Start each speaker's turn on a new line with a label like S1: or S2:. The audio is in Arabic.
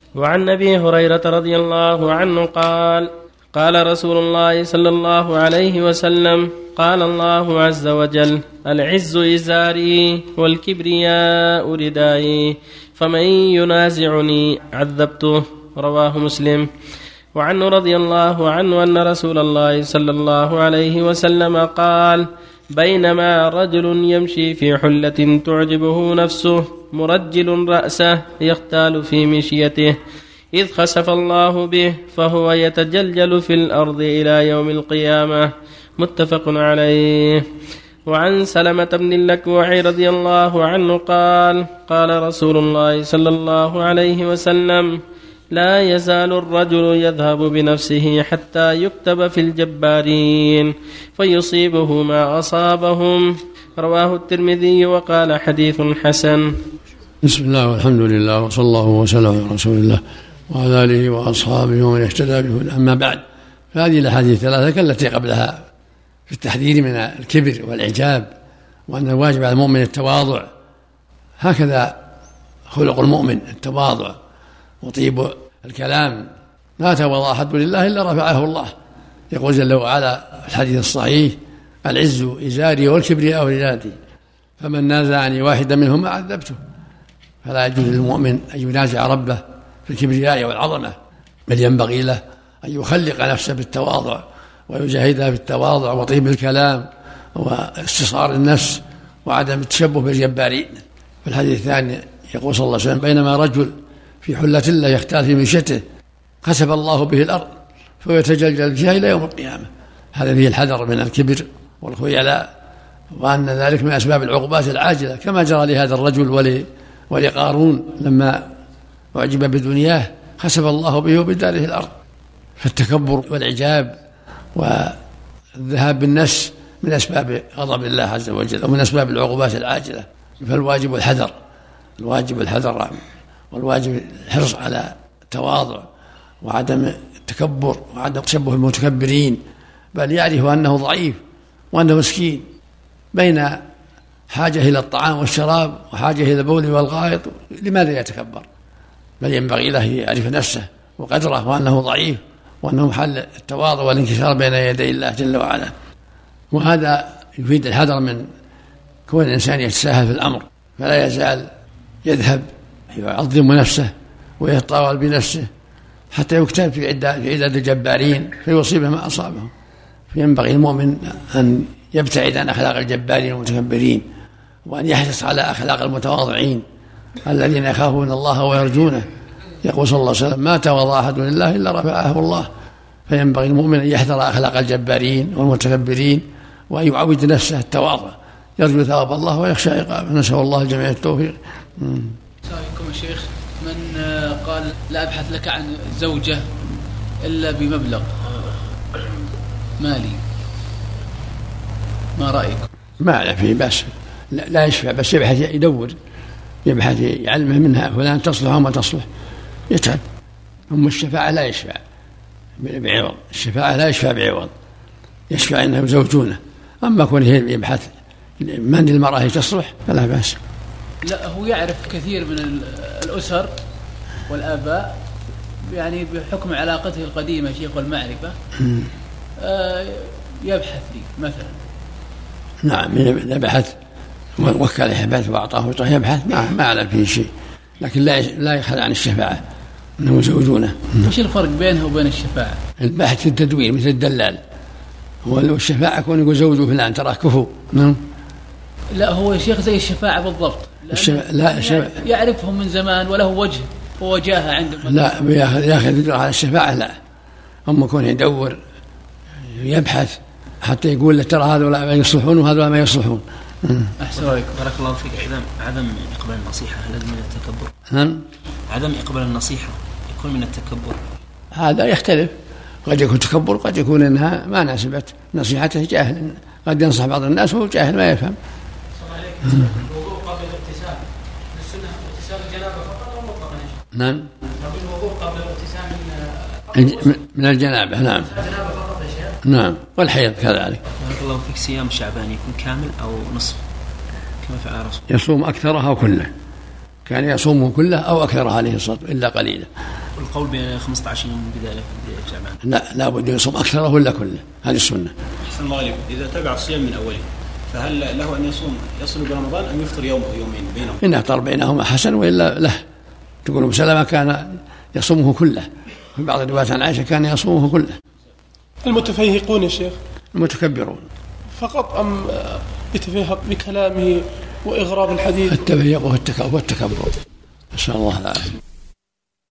S1: وعن أبي هريرة رضي الله عنه قال قال رسول الله صلى الله عليه وسلم قال الله عز وجل العز إزاري والكبرياء ردائي فمن ينازعني عذبته. رواه مسلم. وعنه رضي الله عنه أن رسول الله صلى الله عليه وسلم قال بينما رجل يمشي في حلة تعجبه نفسه مرجل رأسه يختال في مشيته إذ خسف الله به فهو يتجلجل في الأرض إلى يوم القيامة. متفق عليه. وعن سلمة بن الأكوع رضي الله عنه قال قال رسول الله صلى الله عليه وسلم لا يزال الرجل يذهب بنفسه حتى يكتب في الجبارين فيصيبه ما أصابهم. رواه الترمذي وقال حديث حسن.
S2: بسم الله والحمد لله وصلى الله وسلم على رسول الله وعلى آله وأصحابه ومن اهتدى به. أما بعد، فهذه الأحاديث الثلاثة كالتي قبلها في التحذير من الكبر والإعجاب، وأن الواجب على المؤمن التواضع. هكذا خلق المؤمن التواضع وطيب الكلام. ما تواضع أحد لله إلا رفعه الله. يقول جل وعلا في الحديث الصحيح العز إزاري والكبرياء ردائي فمن نازعني واحدا منهما عذبته. فلا يجوز للمؤمن أن ينازع ربه في الكبرياء والعظمة، بل ينبغي له أن يخلق نفسه بالتواضع ويجاهدها بالتواضع وطيب الكلام واستصغار النفس وعدم التشبه بالجبارين. في الحديث الثاني يقول صلى الله عليه وسلم بينما رجل في حلة لا يختال في مشيته خسف الله به الأرض فيتجلجل فيها إلى يوم القيامة. هذا فيه الحذر من الكبر والخيلاء، وأن ذلك من أسباب العقوبات العاجلة، كما جرى لهذا الرجل ولقارون لما أعجب بدنياه خسف الله به وبداره الأرض. فالتكبر والعجاب والذهاب بالنفس من أسباب غضب الله عز وجل ومن أسباب العقوبات العاجلة. فالواجب الحذر، والواجب الحرص على التواضع وعدم التكبر وعدم تشبه المتكبرين، بل يعرف أنه ضعيف وأنه مسكين بين حاجة إلى الطعام والشراب وحاجة إلى البول والغائط. لماذا يتكبر؟ بل ينبغي له يعرف نفسه وقدره وأنه ضعيف وأنه محل التواضع والانكسار بين يدي الله جل وعلا. وهذا يفيد الحذر من كون الإنسان يتساهل في الأمر، فلا يزال يذهب يعظم نفسه ويتطاول بنفسه حتى يكتب في عداد الجبارين فيصيبه ما أصابهم. فينبغي المؤمن أن يبتعد عن أخلاق الجبارين والمتكبرين، وأن يحرص على أخلاق المتواضعين الذين يخافون الله ويرجونه. يقول صلى الله عليه وسلم ما تواضع أحد لله إلا رفعه الله. فينبغي المؤمن أن يحذر أخلاق الجبارين والمتكبرين وأن يعود نفسه التواضع، يرجو ثواب الله ويخشى عقابه. نسأل الله الجميع التوفيق.
S3: سألكم يا شيخ، من قال لا أبحث لك عن زوجة إلا بمبلغ مالي، ما رأيكم؟
S2: ما لا فيه بس لا يشفع، بس يبحث يدور يبحث يعلمه منها فلان تصلح وما تصلح يتعب. أما الشفاعة لا يشفع بعوض، الشفاعة لا يشفع بعوض، يشفع إنه زوجونه. أما كونه يبحث من المرأة تصلح فلا بأس.
S3: لا، هو يعرف كثير من الأسر والآباء يعني بحكم علاقته القديمة شيخ والمعرفة يبحث لي مثلا.
S2: نعم، إذا بحث وكل يبحث وأعطاه يبحث ما أعلم فيه شيء، لكن لا يخلع عن الشفاعة أنه يزوجونه.
S3: إيش الفرق بينها وبين الشفاعة؟
S2: البحث في التدوير مثل الدلال، والشفاعة كون يقول زوجه فلان تراه كفو. نعم.
S3: لا، هو يا شيخ زي الشفاعة بالضبط. يعرفهم من زمان وله وجه ووجاهه عندهم.
S2: لا، ياخذ على الشفاعة لا. أما كون يدور يبحث حتى يقول له ترى هذول ما يصلحون وهذول ما يصلحون.
S3: أحسن عليكم.
S4: بارك الله فيك. عدم إقبال النصيحة هل من التكبر؟
S2: نعم.
S4: عدم إقبال النصيحة يكون من التكبر؟
S2: هذا يختلف، قد يكون تكبر، قد يكون إنها ما ناسبت نصيحته، جاهل، قد ينصح بعض الناس وهو جاهل ما يفهم.
S5: الوضوء قبل الاغتسال السنة اغتسال الجنابة فقط أو مطلقا؟
S2: نعم.
S5: الوضوء قبل الاغتسال
S2: من الجنابة. نعم.
S5: الجنابة فقط يا شيخ.
S2: نعم، والحيض كذلك.
S4: بارك الله فيك. صيام شعبان يكون كامل أو نصف كما فعل الرسول؟
S2: يصوم أكثرها كله كان يصومه كله أو أكثر عليه الصلاة إلا قليلا.
S4: والقول ب 15 يوم بداية شعبان
S2: لا بد يصوم أكثره ولا كله، هذه السنة.
S6: أحسن الله عليكم. إذا تابع الصيام من أوله فهل له أن يصل برمضان أم يفطر يوم أو يومين بينهم؟
S2: إن أفطر بينهما حسن، وإلا له. تقول أم سلمة كان يصومه كله، في بعض الروايات عن عائشة كان يصومه كله.
S7: المتفيهقون يا شيخ
S2: المتكبرون
S7: فقط أم يتفيهق بكلامه وإغراب الحديث؟
S2: التفيهق والتكبر، نسأل الله العافية.